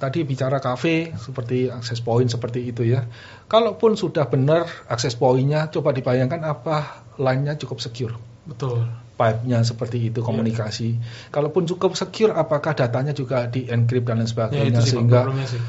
tadi bicara cafe seperti akses point seperti itu ya. Kalaupun sudah benar akses point-nya, coba dibayangkan apa line-nya cukup secure. Betul. Pipe-nya seperti itu komunikasi. Kalaupun cukup secure, apakah datanya juga di encrypt dan lain sebagainya sehingga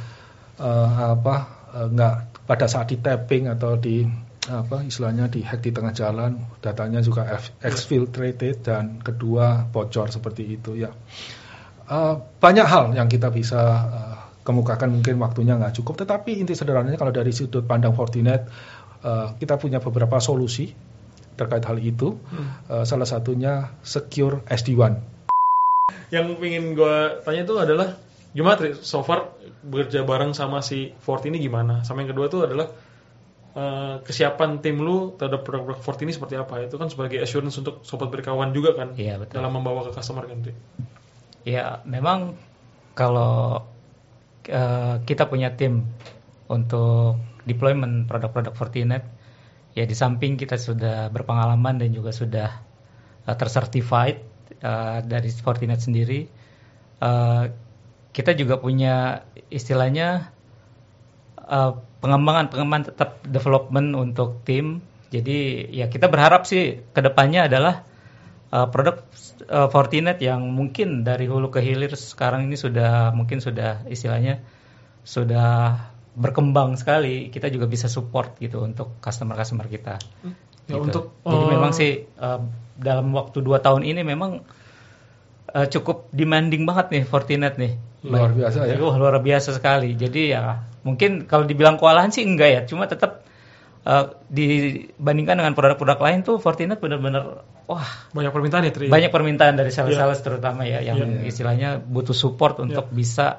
nggak pada saat di tapping atau di istilahnya di hack di tengah jalan, datanya juga exfiltrated dan kedua bocor seperti itu ya. Banyak hal yang kita bisa kemukakan, mungkin waktunya nggak cukup, tetapi inti sederhananya kalau dari sudut pandang Fortinet kita punya beberapa solusi terkait hal itu. Salah satunya secure SD-WAN. Yang ingin gue tanya itu adalah gimana Tri, so far bekerja bareng sama si Fort ini gimana? Sama yang kedua itu adalah kesiapan tim lu terhadap produk-produk Fort ini seperti apa? Itu kan sebagai assurance untuk sobat berkawan juga kan, dalam membawa ke customer kan Tri? Ya memang kalau kita punya tim untuk deployment produk-produk Fortinet, ya di samping kita sudah berpengalaman dan juga sudah tercertified dari Fortinet sendiri, kita juga punya istilahnya pengembangan tetap development untuk tim. Jadi ya kita berharap sih kedepannya adalah produk Fortinet yang mungkin dari hulu ke hilir sekarang ini sudah istilahnya sudah berkembang sekali, kita juga bisa support gitu untuk customer kita. Ya, gitu. Jadi memang sih dalam waktu 2 tahun ini memang cukup demanding banget nih Fortinet nih. Luar biasa ya. Luar biasa sekali. Jadi ya mungkin kalau dibilang kewalahan sih enggak ya, cuma tetap dibandingkan dengan produk-produk lain tuh Fortinet benar-benar banyak permintaan ya Tri. Banyak permintaan dari sales terutama ya yang istilahnya butuh support untuk bisa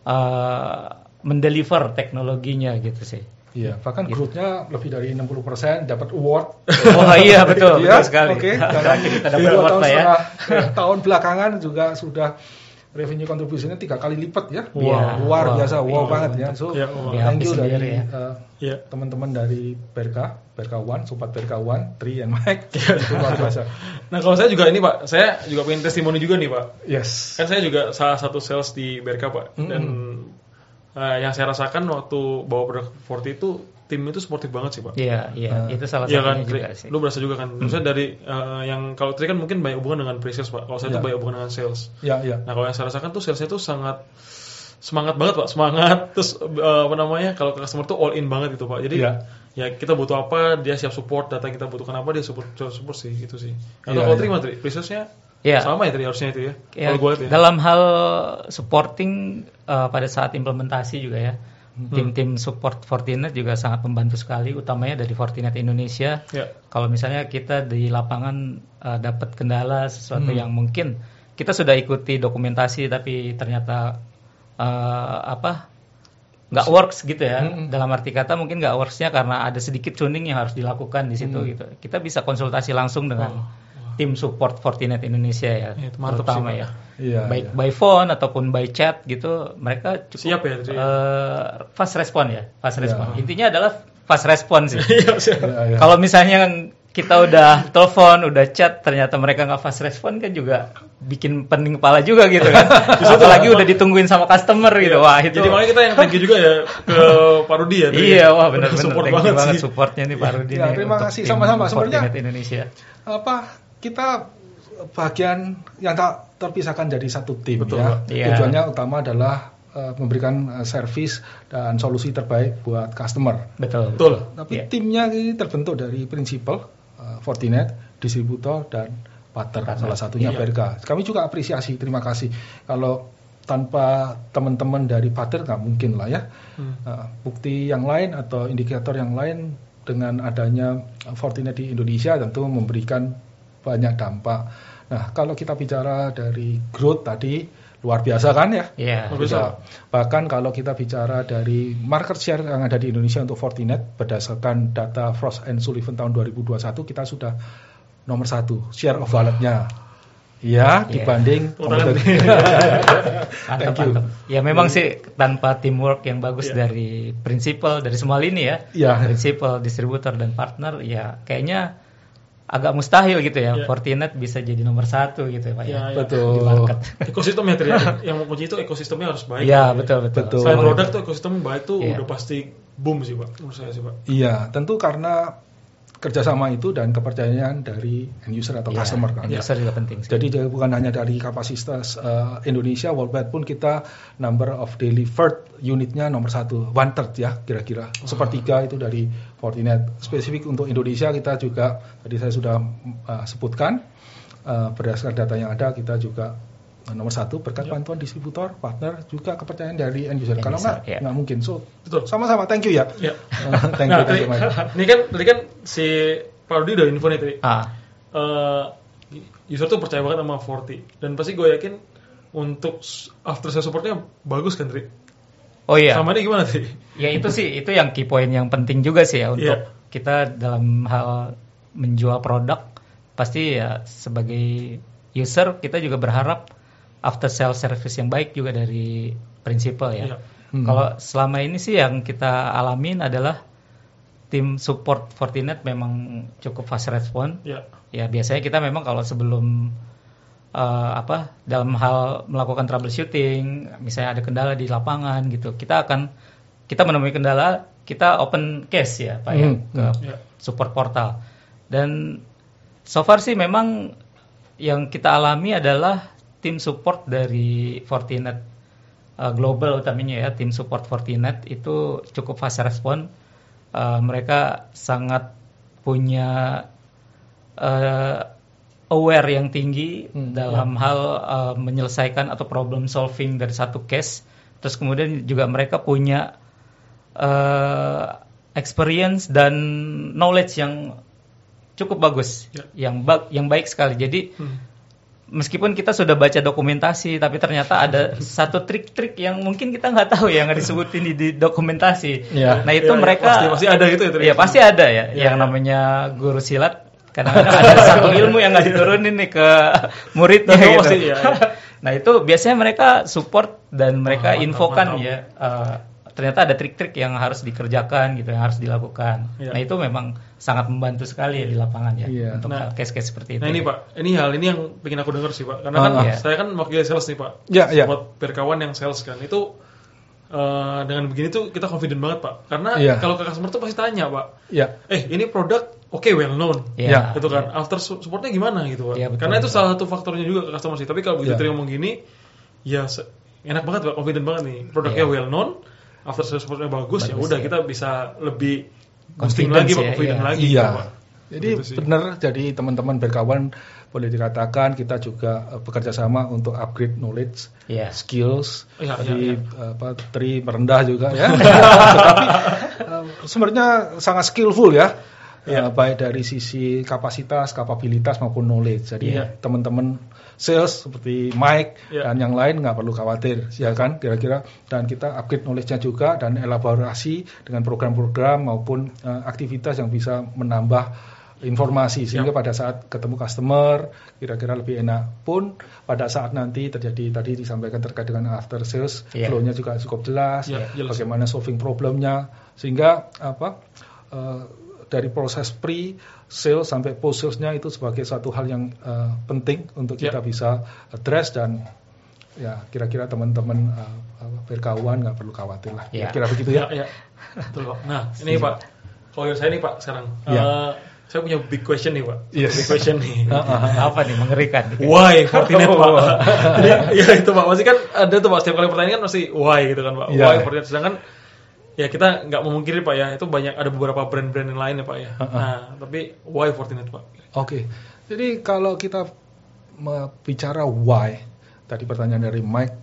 mendeliver teknologinya gitu sih. Iya, bahkan growth-nya lebih dari 60%, dapat award. Oh iya betul, ya, betul sekali. Oke, dalam kita dapat award lah ya. Tahun belakangan juga sudah revenue contribution-nya 3 kali lipat ya. Luar biasa, banget ya. So, thank you dari teman-teman dari Berka One, sobat Berka One, Tri and Mike. Itu luar biasa. Nah, kalau saya juga ini Pak, saya juga pengen testimoni juga nih Pak. Yes. Kan saya juga salah satu sales di Berka Pak. Dan yang saya rasakan waktu bawa produk Forti itu tim itu sportif banget sih Pak. Iya, itu salah satunya kan, juga sih. Lu berasa juga kan. Maksudnya dari yang kalau Tri kan mungkin banyak hubungan dengan pre-sales Pak. Kalau saya itu banyak hubungan dengan sales. Iya. Nah, kalau yang saya rasakan tuh salesnya tuh sangat semangat banget Pak, semangat. Terus kalau ke customer tuh all in banget gitu Pak. Jadi ya kita butuh apa, dia siap support, data kita butuhkan apa, dia support sih gitu sih. Atau kalau Tri gimana Tri? Pre-salesnya sama ya Tri harusnya itu ya. Kalau gue lihat ya. Dalam hal supporting pada saat implementasi juga ya. Tim-tim support Fortinet juga sangat membantu sekali, utamanya dari Fortinet Indonesia. Kalau misalnya kita di lapangan dapat kendala sesuatu yang mungkin kita sudah ikuti dokumentasi tapi ternyata nggak works gitu ya. Dalam arti kata mungkin nggak worksnya karena ada sedikit tuning yang harus dilakukan di situ gitu. Kita bisa konsultasi langsung dengan tim support Fortinet Indonesia ya, terutama ya. Baik by phone ataupun by chat gitu, mereka cukup siap ya. Fast respon. Intinya adalah fast respon sih. Kalau misalnya kita udah telepon, udah chat, ternyata mereka nggak fast respon kan juga bikin pening kepala juga gitu kan. Apalagi udah ditungguin sama customer gitu. Wah itu. Jadi makanya kita yang thank you juga ya ke Pak Rudi ya. Iya, wah benar-benar support thank you banget banget supportnya nih Pak Rudi. Terima kasih sama-sama. Sebenarnya Indonesia. Kita bagian yang tak terpisahkan jadi satu tim. Betul, ya. Tujuannya utama adalah memberikan service dan solusi terbaik buat customer. Betul. Tapi timnya ini terbentuk dari prinsipal Fortinet, distributor dan partner. Salah satunya Berka. Kami juga apresiasi, terima kasih. Kalau tanpa teman-teman dari partner nggak mungkin lah ya. Bukti yang lain atau indikator yang lain dengan adanya Fortinet di Indonesia tentu memberikan banyak dampak. Nah, kalau kita bicara dari growth tadi luar biasa kan ya? Iya. Bahkan kalau kita bicara dari market share yang ada di Indonesia untuk Fortinet berdasarkan data Frost & Sullivan tahun 2021 kita sudah nomor 1 share of wallet-nya. Dibanding Thank you. Ya memang sih tanpa teamwork yang bagus dari prinsipal dari semua lini ya. Prinsipal, distributor dan partner ya kayaknya agak mustahil gitu ya. Ya. Fortinet bisa jadi nomor 1 gitu ya Pak ya. Ya. Betul. Di market. Ekosistemnya ternyata yang mau kunci itu ekosistemnya harus baik. Iya, betul. Betul. Selain produk tuh ekosistem baik tuh Iya. udah pasti boom sih Pak, menurut saya sih Pak. Iya, tentu karena kerjasama itu dan kepercayaan dari end user atau Iya, customer kan. user juga penting sih. Jadi bukan hanya dari kapasitas Indonesia, worldwide pun kita number of delivered unitnya nomor 1, 1/3 ya kira-kira. Sepertiga itu dari Fortinet. Spesifik untuk Indonesia kita juga tadi saya sudah sebutkan berdasarkan data yang ada kita juga nomor 1 berkat bantuan distributor, partner, juga kepercayaan dari end user. Kalau nggak mungkin. So Betul. sama-sama. Thank you ya. Ya. Thank Nah, you, Mike. tadi kan si Pak Rudi udah info nih tadi. User tuh percaya banget sama Forti dan pasti gue yakin untuk after sales supportnya bagus kan Tri? Oh iya. Sama ini gimana sih? Ya itu yang key point yang penting juga sih ya untuk kita dalam hal menjual produk. Pasti ya sebagai user kita juga berharap after sales service yang baik juga dari prinsipal ya. Kalau selama ini sih yang kita alamin adalah tim support Fortinet memang cukup fast respon. Ya biasanya kita memang kalau sebelum dalam hal melakukan troubleshooting, misalnya ada kendala di lapangan gitu, kita menemui kendala, kita open case ya Pak ke support portal. Dan so far sih memang yang kita alami adalah tim support dari Fortinet global utamanya ya, tim support Fortinet itu cukup fast respon. Mereka sangat punya aware yang tinggi dalam hal menyelesaikan atau problem solving dari satu case. Terus kemudian juga mereka punya experience dan knowledge yang cukup bagus, yang baik sekali. Jadi meskipun kita sudah baca dokumentasi, tapi ternyata ada satu trik-trik yang mungkin kita nggak tahu ya, nggak disebutin di dokumentasi. Nah itu mereka pasti ada gitu ya. Iya pasti ada ya, yang namanya guru silat. Kadang-kadang ada satu ilmu yang nggak diturunin nih ke muridnya gitu. Pasti, Nah itu biasanya mereka support dan mereka infokan ya. Ternyata ada trik-trik yang harus dikerjakan gitu, yang harus dilakukan. Nah itu memang sangat membantu sekali ya di lapangan ya untuk case-case seperti itu. Nah ini Pak, hal ini yang bikin aku dengar sih Pak, karena kan saya kan wakil sales nih Pak, buat berkawan yang sales kan itu dengan begini tuh kita confident banget Pak, karena kalau ke customer tuh pasti tanya Pak, ini produk well known, gitu kan, after supportnya gimana gitu Pak, karena itu salah satu faktornya juga ke customer sih. Tapi kalau begitu ngomong gini, ya enak banget Pak, confident banget nih, produknya well known. After sales supportnya bagus ya udah kita bisa lebih boosting lagi Pak, confident lagi Pak. Jadi benar, jadi teman-teman berkawan boleh dikatakan kita juga bekerja sama untuk upgrade knowledge, skills. Tadi Tri merendah juga ya. Tetapi sebenarnya sangat skillful ya. Baik dari sisi kapasitas, kapabilitas maupun knowledge. Jadi teman-teman sales seperti Mike dan yang lain nggak perlu khawatir, ya kan kira-kira. Dan kita upgrade knowledge-nya juga dan elaborasi dengan program-program maupun aktivitas yang bisa menambah informasi sehingga pada saat ketemu customer kira-kira lebih enak. Pun pada saat nanti terjadi tadi disampaikan terkait dengan after sales, flow-nya juga cukup jelas, bagaimana solving problemnya sehingga dari proses pre-sales sampai post-salesnya itu sebagai satu hal yang penting untuk kita bisa address dan ya kira-kira teman-teman berkawan nggak perlu khawatir lah. Kira-kira begitu ya. Betul Pak. Nah ini Pak, kalau saya nih Pak sekarang, saya punya big question nih Pak. Big question nih. Apa nih mengerikan? Why Fortinet Pak? Ya itu Pak, pasti kan ada tuh Pak, setiap kali pertanyaan kan pasti why gitu kan Pak. Why Fortinet, sedangkan ya kita nggak memungkiri Pak ya, itu banyak ada beberapa brand-brand yang lain ya Pak ya. Nah, tapi why Fortinet Pak? Oke. Jadi kalau kita bicara why, tadi pertanyaan dari Mike,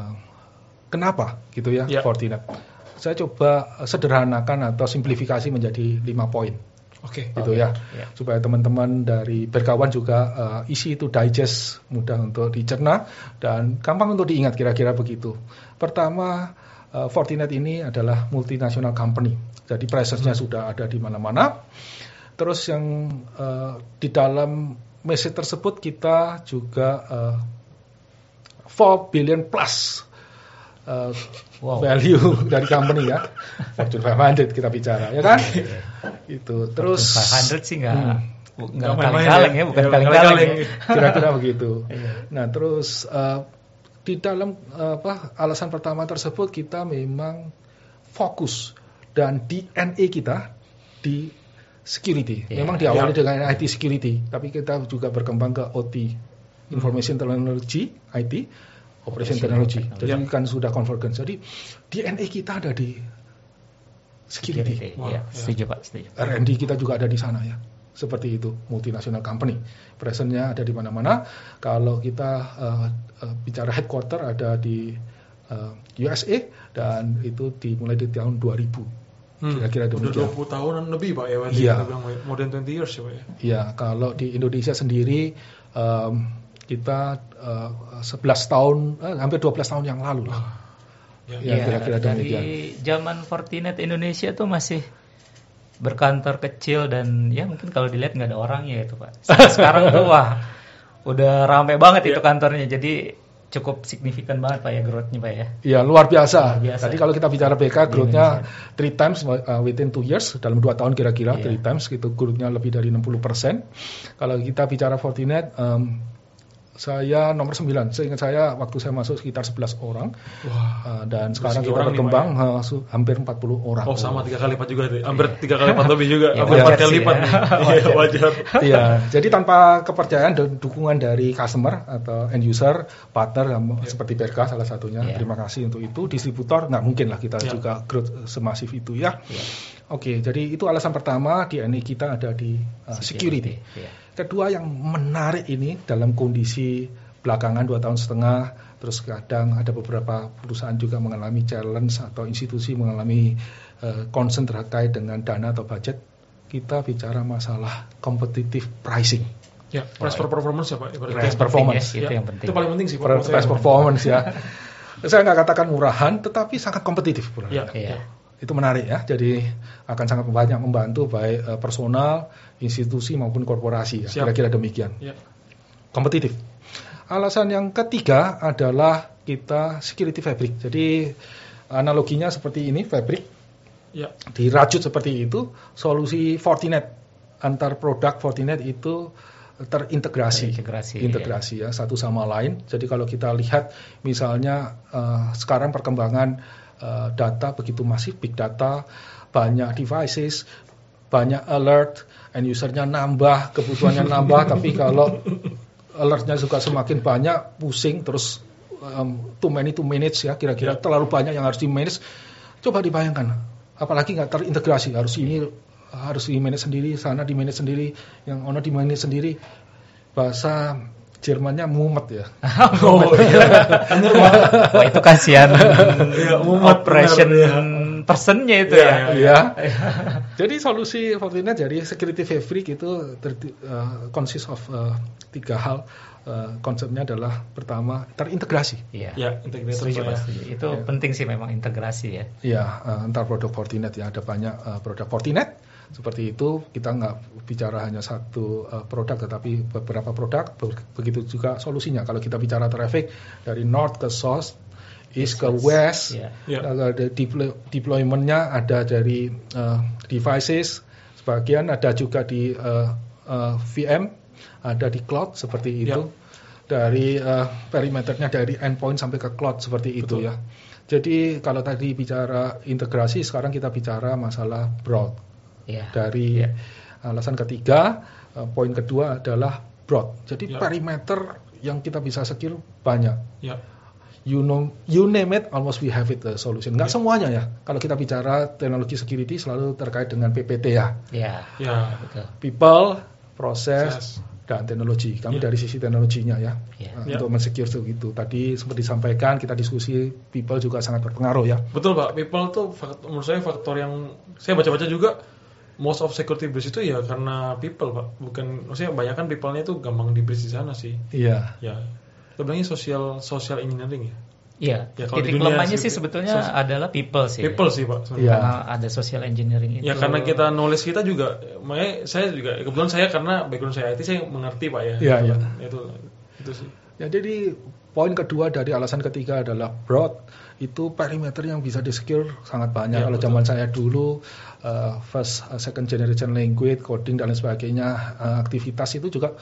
kenapa gitu ya Fortinet? Saya coba sederhanakan atau simplifikasi menjadi 5 poin. Gitu ya. Supaya teman-teman dari berkawan juga isi itu digest, mudah untuk dicerna dan gampang untuk diingat kira-kira begitu. Pertama, Fortinet ini adalah multinational company, jadi presence-nya sudah ada di mana-mana. Terus yang di dalam message tersebut kita juga 4 billion plus value dari company ya, Fortune 500 kita bicara, ya kan? Itu. Terus 500 sih nggak Nggak kaleng-kaleng ya, bukan kaleng-kaleng. Kira-kira begitu. Nah, terus di dalam alasan pertama tersebut kita memang fokus dan DNA kita di security. Memang diawali dengan IT security, tapi kita juga berkembang ke OT, Information Technology, IT, Operation Technology. Jadi kan sudah convergence. Jadi DNA kita ada di security. Setuju Pak, setuju. R&D kita juga ada di sana ya. Seperti itu, multinational company. Presence-nya ada di mana-mana. Kalau kita bicara headquarter ada di USA dan itu dimulai di tahun 2000. Kira-kira demikian. Udah 20 tahunan lebih Pak ya. Iya. More than 20 years ya Pak ya. Iya, kalau di Indonesia sendiri kita 11 tahun, hampir 12 tahun yang lalu lah. Kira-kira dari zaman Fortinet Indonesia tuh masih berkantor kecil dan ya mungkin kalau dilihat nggak ada orangnya itu Pak. Sekarang tuh wah udah ramai banget itu kantornya, jadi cukup signifikan banget Pak ya growth-nya Pak ya. Iya, luar biasa. Tadi kalau kita bicara BK growth-nya 3 times within 2 years, dalam 2 tahun kira-kira 3 times gitu, growth-nya lebih dari 60%. Kalau kita bicara Fortinet, saya nomor 9. Seingat saya waktu saya masuk sekitar 11 orang. Dan sekarang kita berkembang hampir 40 orang. Oh, sama 3 kali lipat juga. Hampir 3 kali lipat lebih juga. Hampir 4 kali lipat. Wajar. Iya, jadi tanpa kepercayaan dan dukungan dari customer atau end user, partner seperti PRK salah satunya. Terima kasih untuk itu. Distributor nggak mungkin lah kita juga growth semasif itu ya. Oke, jadi itu alasan pertama DNA kita ada di security. Kedua yang menarik ini dalam kondisi belakangan 2 tahun setengah, terus kadang ada beberapa perusahaan juga mengalami challenge atau institusi mengalami concern terkait dengan dana atau budget, kita bicara masalah competitive pricing. Ya, price per performance ya Pak. Price performance. Itu yang penting. Itu paling penting sih Pak. Price performance ya. Saya nggak katakan murahan, tetapi sangat kompetitif. Itu menarik ya, jadi akan sangat banyak membantu baik personal, institusi maupun korporasi ya. Kira-kira demikian. Kompetitif. Alasan yang ketiga adalah kita security fabric. Jadi analoginya seperti ini, fabric dirajut seperti itu, solusi Fortinet antar produk Fortinet itu terintegrasi ya satu sama lain. Jadi kalau kita lihat misalnya sekarang perkembangan data begitu masif, big data, banyak devices, banyak alert, end usernya nambah, kebutuhannya nambah, tapi kalau alertnya juga semakin banyak, pusing, terus too many to manage ya, kira-kira terlalu banyak yang harus di manage. Coba dibayangkan, apalagi nggak terintegrasi, harus di manage sendiri, sana di manage sendiri, yang ono di manage sendiri. Bahasa Jermannya mumet ya. Wah, itu kasihan. Operation personnya itu ya. Jadi solusi Fortinet jadi security fabric itu consist of 3 hal. Konsepnya adalah pertama terintegrasi. Integrasi. Itu penting sih memang integrasi ya. Iya, antar produk Fortinet ya, ada banyak produk Fortinet. Seperti itu, kita nggak bicara hanya satu produk, tetapi beberapa produk. Begitu juga solusinya. Kalau kita bicara traffic dari north ke south, east ke west, deployment-nya ada dari devices, sebagian ada juga di VM, ada di cloud seperti itu. Dari perimeternya dari endpoint sampai ke cloud seperti itu ya. Jadi kalau tadi bicara integrasi, sekarang kita bicara masalah broad. Dari alasan ketiga, poin kedua adalah broad. Jadi perimeter yang kita bisa secure banyak. You name it, almost we have it the solution. Nggak semuanya ya. Kalau kita bicara teknologi security selalu terkait dengan PPT ya. Betul. People, process, dan teknologi. Kami dari sisi teknologinya ya. Untuk men-secure itu. Tadi seperti disampaikan, kita diskusi people juga sangat berpengaruh ya. Betul Pak, people tuh menurut saya faktor yang saya baca-baca juga. Most of security breach itu ya karena people Pak, bukan, maksudnya banyak kan people-nya itu gampang di breach di sana sih. Iya. Kita bilangnya social engineering ya. Iya. Titik lemahnya sih sebetulnya adalah people sih. People sih Pak. Karena ada social engineering itu. Ya karena kita knowledge kita juga, makanya saya juga kebetulan saya karena background saya IT saya mengerti Pak ya. Iya. Itu sih. Ya jadi Poin kedua dari alasan ketiga adalah broad. Itu perimeter yang bisa di-secure sangat banyak. Ya, kalau betul. zaman saya dulu first second generation language, coding dan lain sebagainya, aktivitas itu juga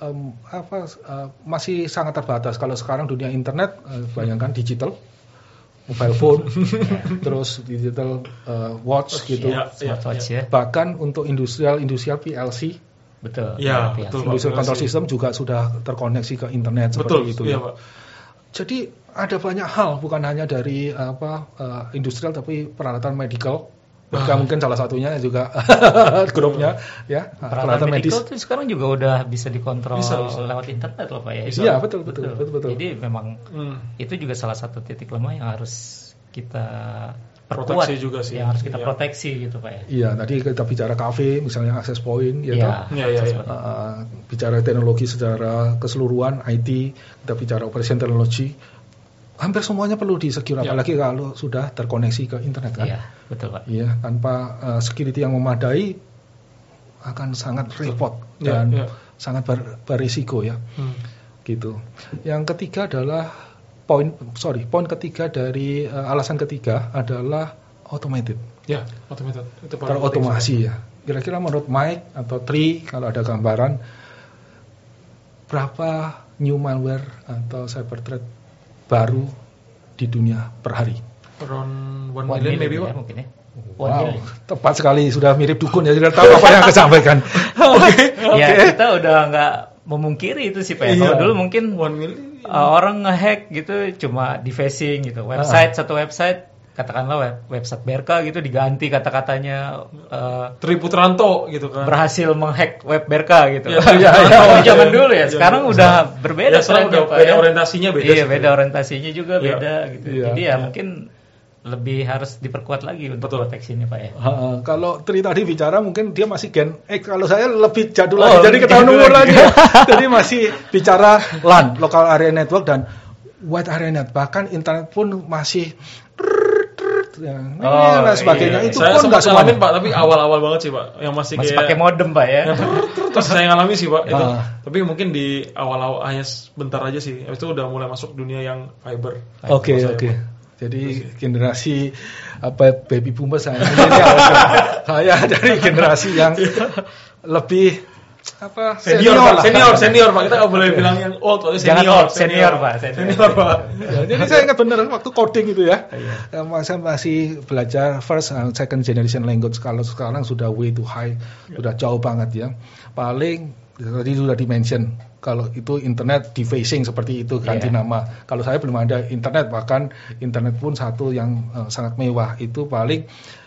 masih sangat terbatas. Kalau sekarang dunia internet, bayangkan digital, mobile phone, terus digital watch gitu. Smartwatch ya. Bahkan untuk industrial PLC, Betul. Ya, Iya, betul. industrial Pak. control system juga sudah terkoneksi ke internet Betul, seperti itu iya, ya. Pak. Jadi ada banyak hal, bukan hanya dari industrial tapi peralatan medical. Bahkan mungkin salah satunya juga grupnya ya, Peralatan medical itu sekarang juga udah bisa dikontrol Bisa. lewat internet loh Pak ya. Iya, betul. Jadi memang itu juga salah satu titik lemah yang harus kita perkuat, Proteksi juga sih. yang harus kita Iya. proteksi gitu Pak ya. Iya, tadi kita bicara kafe, misalnya access point, ya Iya. toh? Iya. Bicara teknologi secara keseluruhan, IT, kita bicara operation teknologi, hampir semuanya perlu di-secure, apalagi kalau sudah terkoneksi ke internet kan. Iya, betul Pak. Iya, tanpa security yang memadai akan sangat repot dan sangat berisiko ya. Gitu. Yang ketiga adalah poin ketiga dari alasan ketiga adalah automated. Ya, automated. Itu paling Terotomasi ya. Kira-kira menurut Mike atau Tri, kalau ada gambaran berapa new malware atau cyber threat baru di dunia per hari? Around 1 1 million maybe, ya, Pak. mungkin ya. Wow, tepat sekali, sudah mirip dukun ya, sudah tahu apa yang akan sampaikan. Ya, kita udah nggak memungkiri itu sih Pak. Kalau dulu mungkin 1 million. orang ngehack gitu cuma di phishing gitu. Satu website katakanlah website BRK gitu diganti kata-katanya Tri Putranto gitu kan. berhasil menghack web BRK gitu. Iya. Zaman dulu ya. Sekarang udah berbeda. Ya, sekarang udah Pak, beda ya. orientasinya beda. Iya, sih. beda orientasinya juga Iya. beda gitu. Iya. Jadi ya mungkin lebih harus diperkuat lagi untuk Betul. proteksinya Pak ya. Kalau Tri tadi bicara mungkin dia masih Gen X, kalau saya lebih jadul Oh, lagi, jadi lebih ketahuan jadul umur lagi. lagi. Jadi masih bicara LAN, local area network, dan wide area net. Bahkan internet pun masih dan sebagainya. iya. Itu Saya pun sempat nggak semuanya. ngalamin Pak, tapi awal-awal banget sih Pak, yang masih Masih kayak pakai modem Pak ya. terus saya ngalami sih Pak itu. Tapi mungkin di awal-awal hanya sebentar aja sih. Habis itu udah mulai masuk dunia yang fiber. Oke. Jadi generasi baby boomers saya. Saya dari generasi yang lebih senior Pak. Kita nggak boleh bilang yang old, Jangan senior. old, senior, Pak. Senior Pak. Ya, jadi saya ingat benar waktu coding itu ya. Saya masih belajar first and second generation language. Kalau sekarang sudah way too high, sudah jauh banget ya. Paling tadi sudah dimention, kalau itu internet defacing seperti itu ganti nama. Kalau saya belum ada internet, bahkan internet pun satu yang sangat mewah, itu paling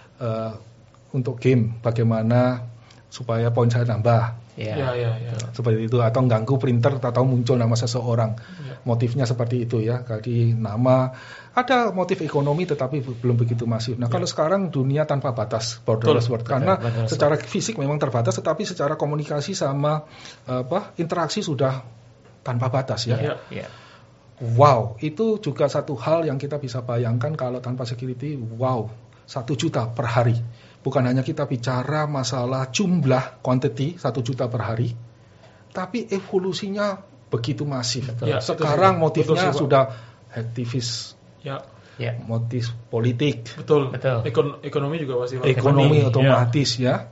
untuk game, bagaimana supaya poin saya nambah. Ya. Seperti itu, atau ganggu printer atau muncul nama seseorang. Motifnya seperti itu ya. Jadi nama, ada motif ekonomi tetapi belum begitu masif. Nah, kalau sekarang dunia tanpa batas, borderless world, karena secara fisik memang terbatas, tetapi secara komunikasi sama interaksi sudah tanpa batas ya. Wow, itu juga satu hal yang kita bisa bayangkan kalau tanpa security. Wow, 1 juta per hari. Bukan hanya kita bicara masalah jumlah, quantity 1 juta per hari, tapi evolusinya begitu masif. Ya, sekarang motifnya betul, sudah aktivis, motif politik, betul. Ekonomi juga pasti Pak. ekonomi otomatis ya.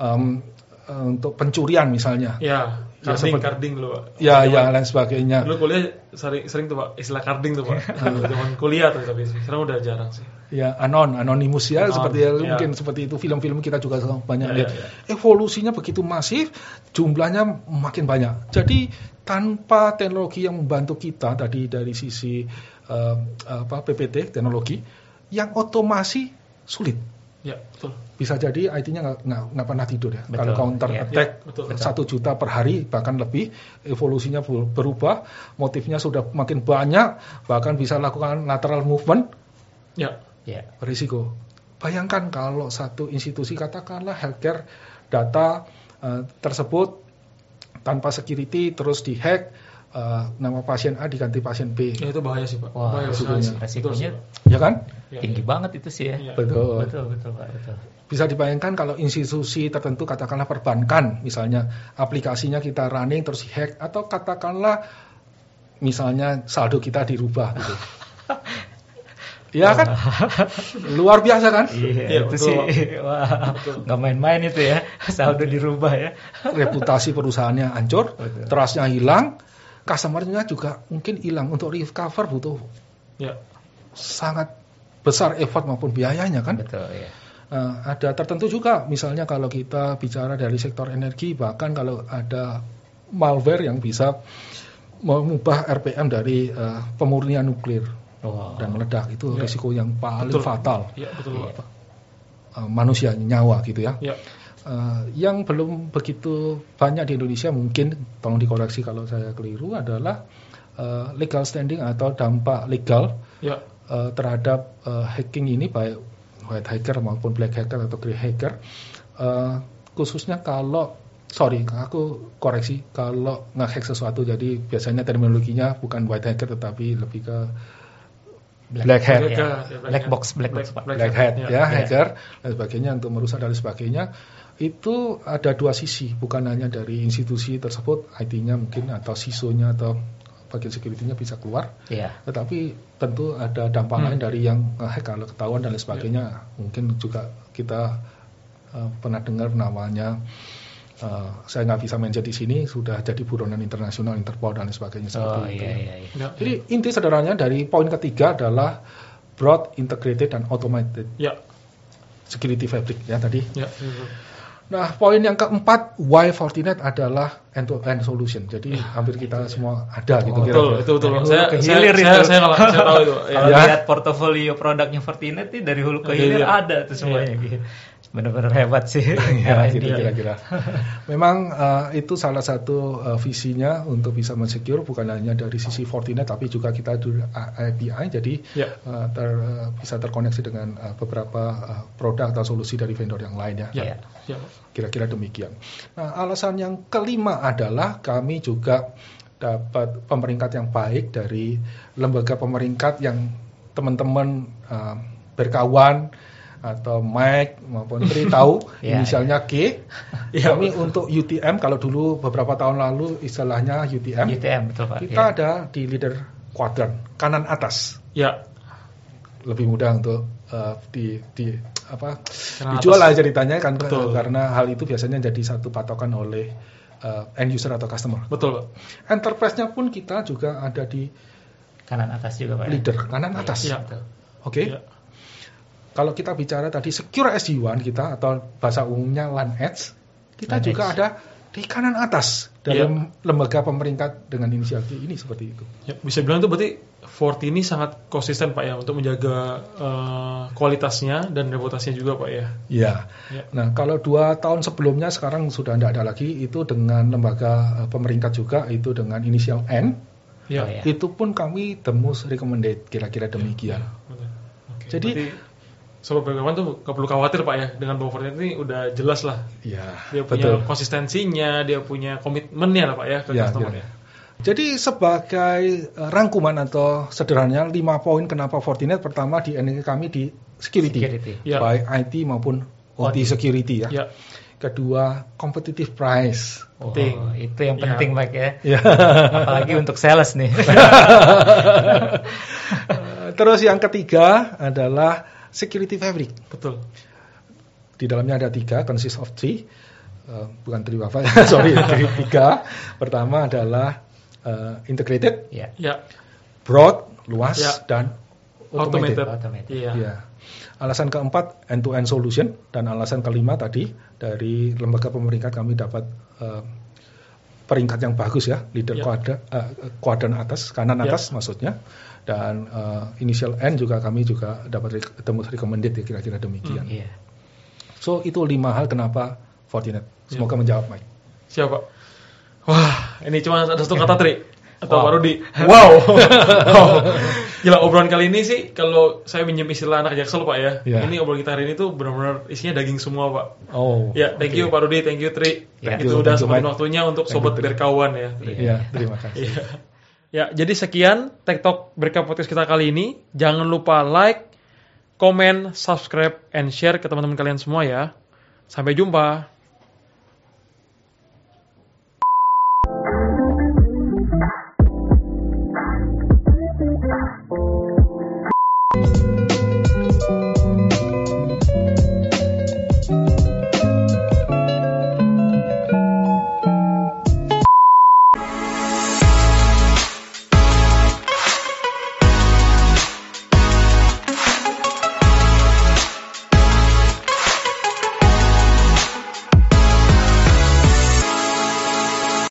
Untuk pencurian misalnya. Carding dulu Pak. Ya, lain sebagainya. Dulu kuliah sering tuh Pak, istilah carding tuh Pak. Zaman kuliah tuh, tapi sekarang udah jarang sih. Ya, anonimus ya, mungkin seperti itu, film-film kita juga banyak lihat. Evolusinya begitu masif, jumlahnya makin banyak. Jadi tanpa teknologi yang membantu kita tadi dari sisi PPT teknologi, yang otomasi sulit. Ya, betul. Bisa jadi IT-nya nggak pernah tidur ya. Kalau counter attack 1 juta per hari bahkan lebih, evolusinya berubah, motifnya sudah makin banyak, bahkan bisa lakukan lateral movement. Berisiko. Bayangkan kalau satu institusi, katakanlah healthcare, data tersebut tanpa security terus dihack, nama pasien A diganti pasien B. Ya, itu bahaya sih Pak. Wah, bahaya resikonya ya kan? Tinggi banget itu sih ya. Betul Pak, betul. Bisa dibayangkan kalau institusi tertentu, katakanlah perbankan misalnya, aplikasinya kita running terus hack, atau katakanlah misalnya saldo kita dirubah gitu. Ya kan, luar biasa kan? Iya, itu sih, wah, nggak main-main itu ya, saldo dirubah ya. Reputasi perusahaannya hancur, trustnya hilang, customer-nya juga mungkin hilang. Untuk recover butuh sangat besar effort maupun biayanya kan? Betul ya. Ada tertentu juga, misalnya kalau kita bicara dari sektor energi, bahkan kalau ada malware yang bisa mengubah RPM dari pemurnian nuklir. Dan meledak itu risiko yang paling fatal. Manusia nyawa gitu ya. Yang belum begitu banyak di Indonesia mungkin, tolong dikoreksi kalau saya keliru, adalah legal standing atau dampak legal terhadap hacking ini, baik white hacker maupun black hacker atau grey hacker. Khususnya kalau aku koreksi, kalau nge-hack sesuatu, jadi biasanya terminologinya bukan white hacker tetapi lebih ke black hat, black box, hacker dan sebagainya, untuk merusak dan sebagainya. Itu ada dua sisi, bukan hanya dari institusi tersebut, IT-nya mungkin atau CISO-nya atau bagian security-nya bisa keluar, tetapi tentu ada dampak lain dari yang hack kalau ketahuan dan lain sebagainya. Mungkin juga kita pernah dengar namanya, saya nggak bisa mention di sini, sudah jadi buronan internasional, Interpol dan lain sebagainya seperti itu. Jadi inti sederhananya dari poin ketiga adalah broad, integrated dan automated security fabric ya tadi. Nah, poin yang keempat, why Fortinet adalah end-to-end solution. Jadi hampir kita semua ada gitu kira-kira. Betul. Saya tahu itu. Kalau lihat portofolio produknya Fortinet nih, dari hulu ke hilir ada tuh semuanya gitu. Benar-benar hebat sih. Kira-kira. Memang itu salah satu visinya untuk bisa men-secure bukan hanya dari sisi Fortinet, tapi juga kita API, jadi bisa terkoneksi dengan beberapa produk atau solusi dari vendor yang lain ya. Kira-kira demikian. Nah, alasan yang kelima adalah kami juga dapat pemeringkat yang baik dari lembaga pemeringkat yang teman-teman berkawan atau Mike maupun Tri tahu inisialnya K. Kami untuk UTM, kalau dulu beberapa tahun lalu istilahnya UTM, betul Pak. Kita ada di leader quadrant kanan atas. Lebih mudah untuk dijual lah ceritanya kan, karena hal itu biasanya jadi satu patokan oleh end user atau customer. Betul Pak. Enterprise-nya pun kita juga ada di kanan atas juga Pak. Leader kanan atas. Oke. Kalau kita bicara tadi secure SD-WAN kita atau bahasa umumnya LAN Edge, kita juga ada di kanan atas dalam lembaga pemeringkat dengan inisial G ini seperti itu. Bisa bilang tuh berarti Forti ini sangat konsisten Pak ya untuk menjaga kualitasnya dan reputasinya juga Pak ya. Nah, kalau 2 tahun sebelumnya, sekarang sudah tidak ada lagi, itu dengan lembaga pemeringkat juga, itu dengan inisial N. Itu pun kami the most recommended, kira-kira demikian. Jadi Sobat Berkawan tuh gak perlu khawatir Pak ya, dengan bahwa Fortinet ini udah jelas lah. Dia punya konsistensinya, dia punya komitmennya lah Pak ya ke customer ya. Jadi sebagai rangkuman atau sederhananya 5 poin kenapa Fortinet, pertama di kami di security. Baik IT maupun OT security ya. Kedua, competitive price. Itu yang penting Pak ya. Apalagi untuk sales nih. Terus yang ketiga adalah security fabric. Betul. Di dalamnya ada 3, consist of 3. Bukan 3 apa? Sorry, 3. Pertama adalah integrated, broad, luas, dan automated. Alasan keempat, end-to-end solution, dan alasan kelima tadi dari lembaga pemeringkat kami dapat peringkat yang bagus ya, leader kuadran atas, kanan atas maksudnya. Dan initial N juga kami juga dapat tembus recommended ya, kira-kira demikian. So itu 5 hal kenapa Fortinet. Semoga menjawab Mike. Siapa? Wah, ini cuma ada satu kata Tri atau Pak Rudi. Gila, obrolan kali ini sih kalau saya minjem istilah anak Jaksel Pak ya. Ini obrolan kita hari ini tuh benar-benar isinya daging semua Pak. Thank you Pak Rudi, thank you Tri. Itu udah sempetin waktunya untuk Sobat Berkawan ya. Terima kasih. Jadi sekian Tech Talk Berkah Podcast kita kali ini. Jangan lupa like, comment, subscribe, and share ke teman-teman kalian semua ya. Sampai jumpa.